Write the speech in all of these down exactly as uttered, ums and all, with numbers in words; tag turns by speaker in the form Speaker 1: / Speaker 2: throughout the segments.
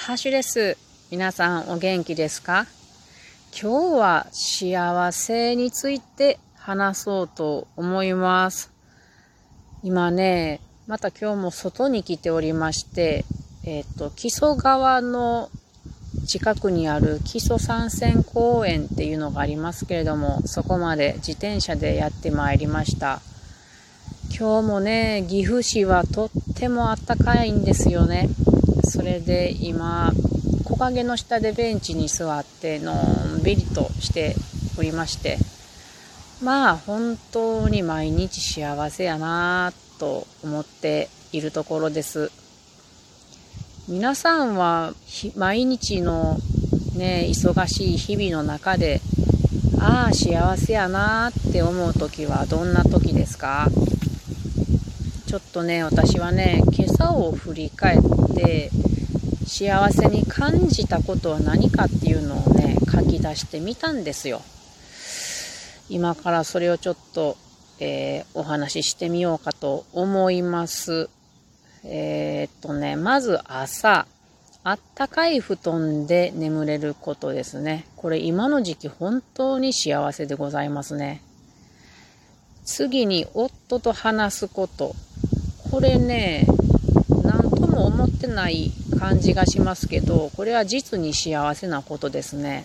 Speaker 1: ハッシュです。皆さんお元気ですか？今日は幸せについて話そうと思います。今ね、また今日も外に来ておりまして、えっと、木曽川の近くにある木曽三川公園っていうのがありますけれども、そこまで自転車でやってまいりました。今日もね、岐阜市はとっても暖かいんですよね。それで今、木陰の下でベンチに座ってのんびりとしておりまして、まあ本当に毎日幸せやなと思っているところです。皆さんは毎日のね、忙しい日々の中で、ああ幸せやなって思う時はどんな時ですか？ちょっとね、私はね、今朝を振り返って幸せに感じたことは何かっていうのをね、書き出してみたんですよ。今からそれをちょっと、えー、お話ししてみようかと思います。えー、っとね、まず朝、あったかい布団で眠れることですね。これ今の時期本当に幸せでございますね。次に夫と話すこと。これね、なんとも思ってない感じがしますけど、これは実に幸せなことですね。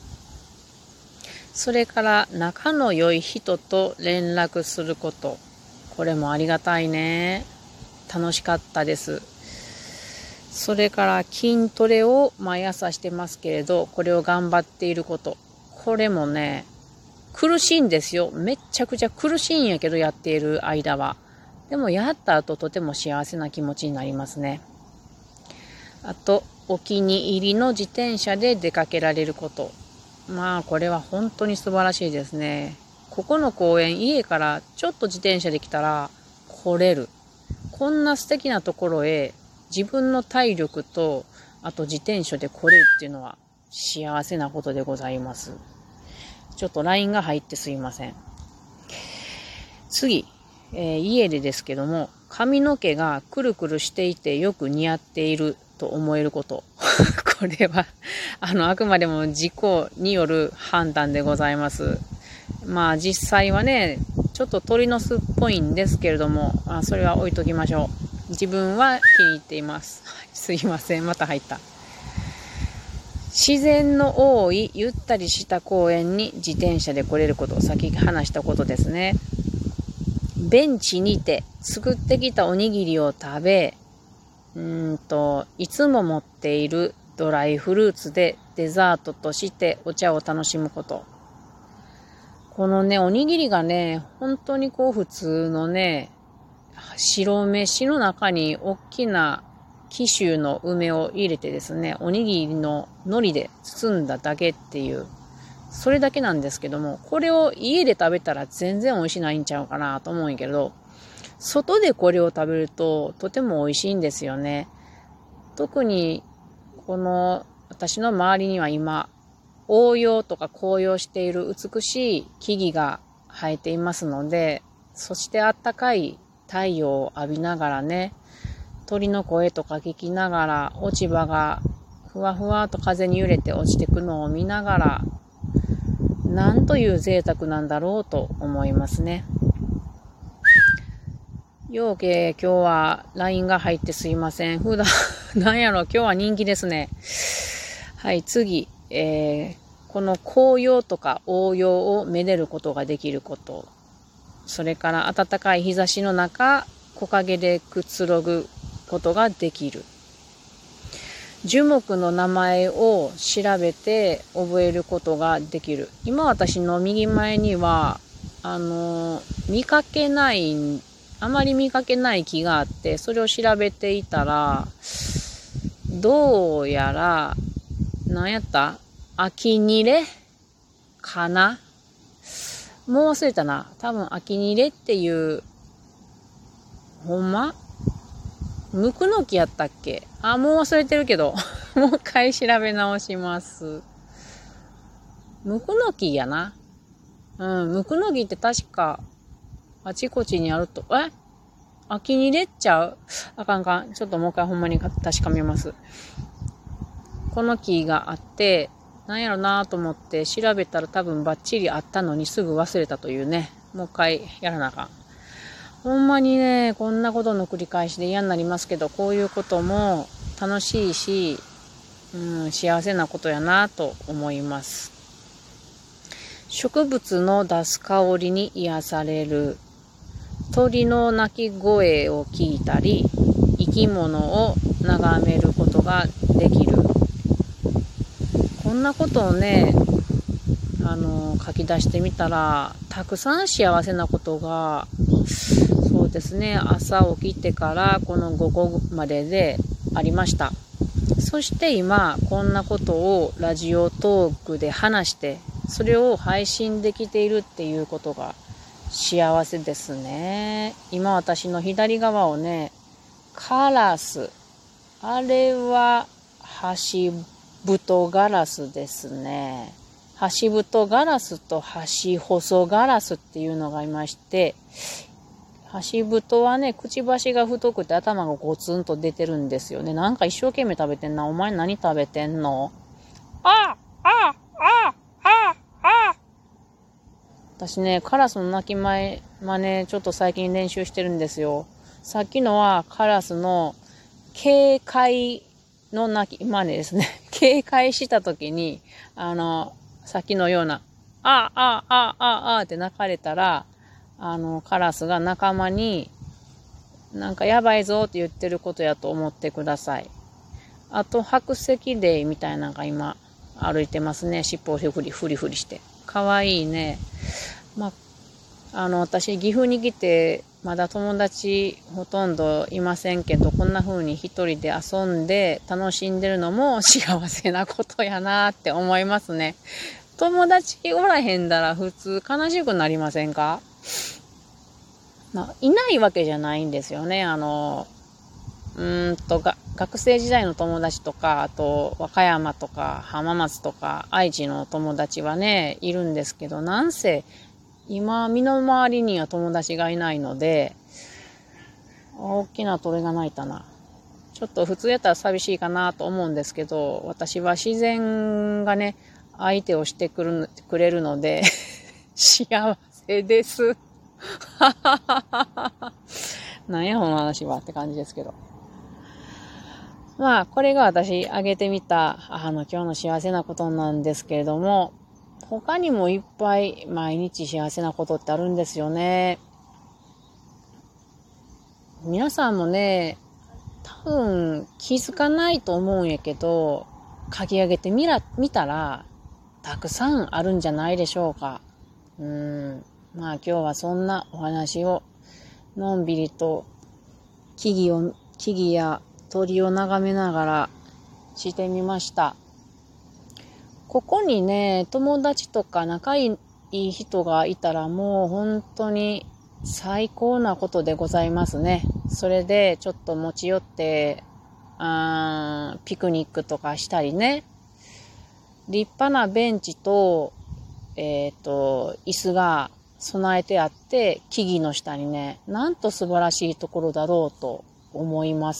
Speaker 1: それから仲の良い人と連絡すること。これもありがたいね。楽しかったです。それから筋トレを毎朝してますけれど、これを頑張っていること。これもね、苦しいんですよ。めっちゃくちゃ苦しいんやけど、やっている間は。でもやった後とても幸せな気持ちになりますね。あと、お気に入りの自転車で出かけられること。まあこれは本当に素晴らしいですね。ここの公園、家からちょっと自転車で来たら来れる。こんな素敵なところへ自分の体力とあと自転車で来れるっていうのは幸せなことでございます。ちょっと ライン が入ってすいません。次、えー、家でですけども、髪の毛がくるくるしていてよく似合っていると思えること。これはあのあくまでも自己による判断でございます。まあ実際はね、ちょっと鳥の巣っぽいんですけれども、あそれは置いときましょう。自分は気に入っています。すいません、また入った。自然の多いゆったりした公園に自転車で来れること、さっき話したことですね。ベンチにて作ってきたおにぎりを食べ、うーんといつも持っているドライフルーツでデザートとしてお茶を楽しむこと。このね、おにぎりがね、本当にこう普通のね、白飯の中に大きな紀州の梅を入れてですね、おにぎりの海苔で包んだだけっていう、それだけなんですけども、これを家で食べたら全然美味しないんちゃうかなと思うんやけど、外でこれを食べるととても美味しいんですよね。特にこの私の周りには今、黄葉とか紅葉している美しい木々が生えていますので、そしてあったかい太陽を浴びながらね、鳥の声とか聞きながら、落ち葉がふわふわと風に揺れて落ちてくのを見ながら、なんという贅沢なんだろうと思いますね。ようけ今日は ライン が入ってすいません。普段なんやろ、今日は人気ですね。はい、次、えー、この紅葉とか黄葉をめでることができること。それから暖かい日差しの中、木陰でくつろぐことができる。樹木の名前を調べて覚えることができる。今私の右前には、あの、見かけない、あまり見かけない木があって、それを調べていたら、どうやら、何やった秋にれかな、もう忘れたな。多分秋にれっていう、ほんまムクノキやったっけ？あ、もう忘れてるけど。もう一回調べ直します。ムクノキやな。うん、ムクノキって確か、あちこちにあると、え？秋にれっちゃう？あかんかん。ちょっともう一回ほんまに確かめます。 この木があって、なんやろなと思って調べたら多分バッチリあったのにすぐ忘れたというね。もう一回やらなあかん。ほんまにね、こんなことの繰り返しで嫌になりますけど、こういうことも楽しいし、うん、幸せなことやなと思います。植物の出す香りに癒される。鳥の鳴き声を聞いたり、生き物を眺めることができる。こんなことをね、あの書き出してみたら、たくさん幸せなことが、そうですね、朝起きてからこの午後まででありました。そして今こんなことをラジオトークで話して、それを配信できているっていうことが幸せですね。今私の左側をね、カラス、あれはハシブトガラスですね。ハシブトガラスとハシホソガラスっていうのがいまして、ハシブトはね、くちばしが太くて頭がゴツンと出てるんですよね。なんか一生懸命食べてんな。お前何食べてんの？ああああああ私ね、カラスの鳴き前真似ちょっと最近練習してるんですよ。さっきのはカラスの警戒の鳴き真似ですね。警戒した時に、あの、さっきのような、あああああって鳴かれたら、あの、カラスが仲間に、なんかやばいぞって言ってることやと思ってください。あと、白石霊みたいなのが今、歩いてますね。尻尾をふりふりふりして。かわいいね。まあ、あの、私、岐阜に来て、まだ友達ほとんどいませんけど、こんな風に一人で遊んで楽しんでるのも幸せなことやなって思いますね。友達おらへんだら普通悲しくなりませんか？まあ、いないわけじゃないんですよね。あの、うーんとが、学生時代の友達とか、あと、和歌山とか、浜松とか、愛知の友達はね、いるんですけど、なんせ、今、身の回りには友達がいないので、大きな鳥が鳴いたな。ちょっと普通やったら寂しいかなと思うんですけど、私は自然がね、相手をしてくるくれるので、幸せです。なんやこの話はって感じですけど。まあ、これが私挙げてみた、あの、今日の幸せなことなんですけれども、他にもいっぱい毎日幸せなことってあるんですよね。皆さんもね、多分気づかないと思うんやけど、書き上げてみら、見たら、たくさんあるんじゃないでしょうか。うーん。まあ今日はそんなお話を、のんびりと木々を、木々や鳥を眺めながらしてみました。ここにね、友達とか仲いい人がいたらもう本当に最高なことでございますね。それでちょっと持ち寄って、あーピクニックとかしたりね。立派なベンチと、えっと、椅子が備えてあって、木々の下にね、なんと素晴らしいところだろうと思います。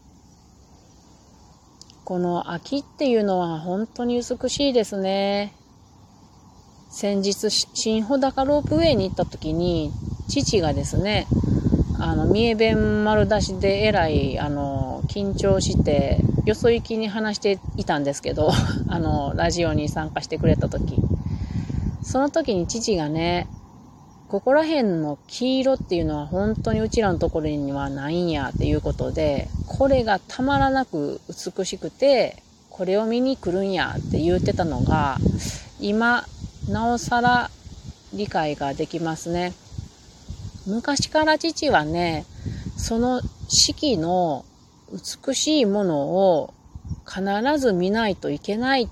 Speaker 1: この秋っていうのは本当に美しいですね。先日、新穂高ロープウェイに行った時に、父がですね、あの、三重弁丸出しでえらい、あの、緊張して、よそ行きに話していたんですけど、あの、ラジオに参加してくれた時。その時に父がね、ここら辺の黄色っていうのは本当にうちらのところにはないんやっていうことで、これがたまらなく美しくて、これを見に来るんやって言ってたのが、今、なおさら理解ができますね。昔から父はね、その四季の美しいものを必ず見ないといけないって、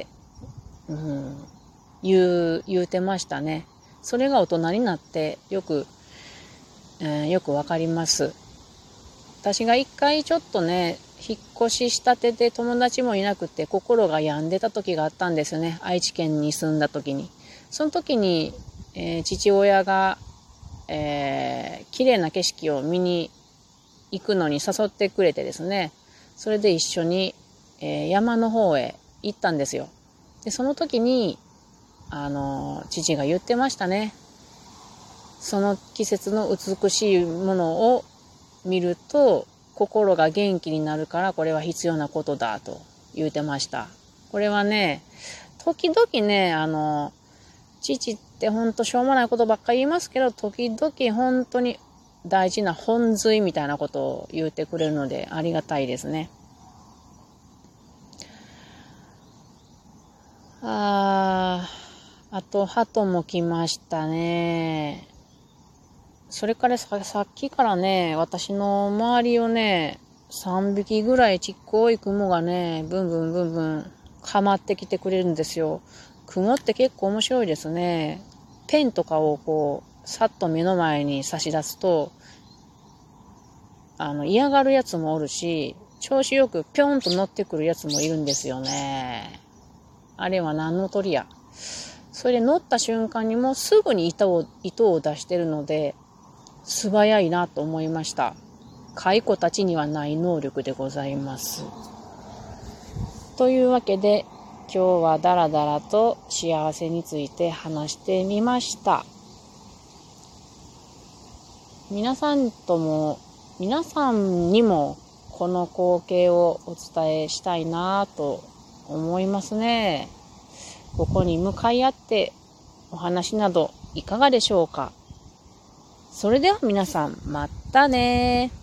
Speaker 1: うん、言う、言うてましたね。それが大人になってよく、えー、よくわかります。私が一回ちょっとね、引っ越ししたてで友達もいなくて心が病んでた時があったんですよね。愛知県に住んだ時に。その時に、えー、父親が、えー、綺麗な景色を見に行くのに誘ってくれてですね。それで一緒に、 えー、山の方へ行ったんですよ。で、その時に、あの、父が言ってましたね。その季節の美しいものを見ると、心が元気になるからこれは必要なことだと言ってました。これはね、時々ね、あの、父ってほんとしょうもないことばっかり言いますけど、時々本当に大事な本髄みたいなことを言ってくれるのでありがたいですね。あー、あと鳩も来ましたね。それからさ、さっきからね、私の周りをね、さんびきぐらいちっこい雲がね、ブンブンブンブンかまってきてくれるんですよ。雲って結構面白いですね。ペンとかをこう、さっと目の前に差し出すと、あの、嫌がるやつもおるし、調子よくぴょんと乗ってくるやつもいるんですよね。あれは何の鳥や。それで乗った瞬間にもうすぐに糸を、糸を出してるので、素早いなと思いました。蚕たちにはない能力でございます。というわけで、今日はだらだらと幸せについて話してみました。皆さんとも、皆さんにもこの光景をお伝えしたいなと思いますね。ここに向かい合ってお話などいかがでしょうか。それでは皆さん、またね。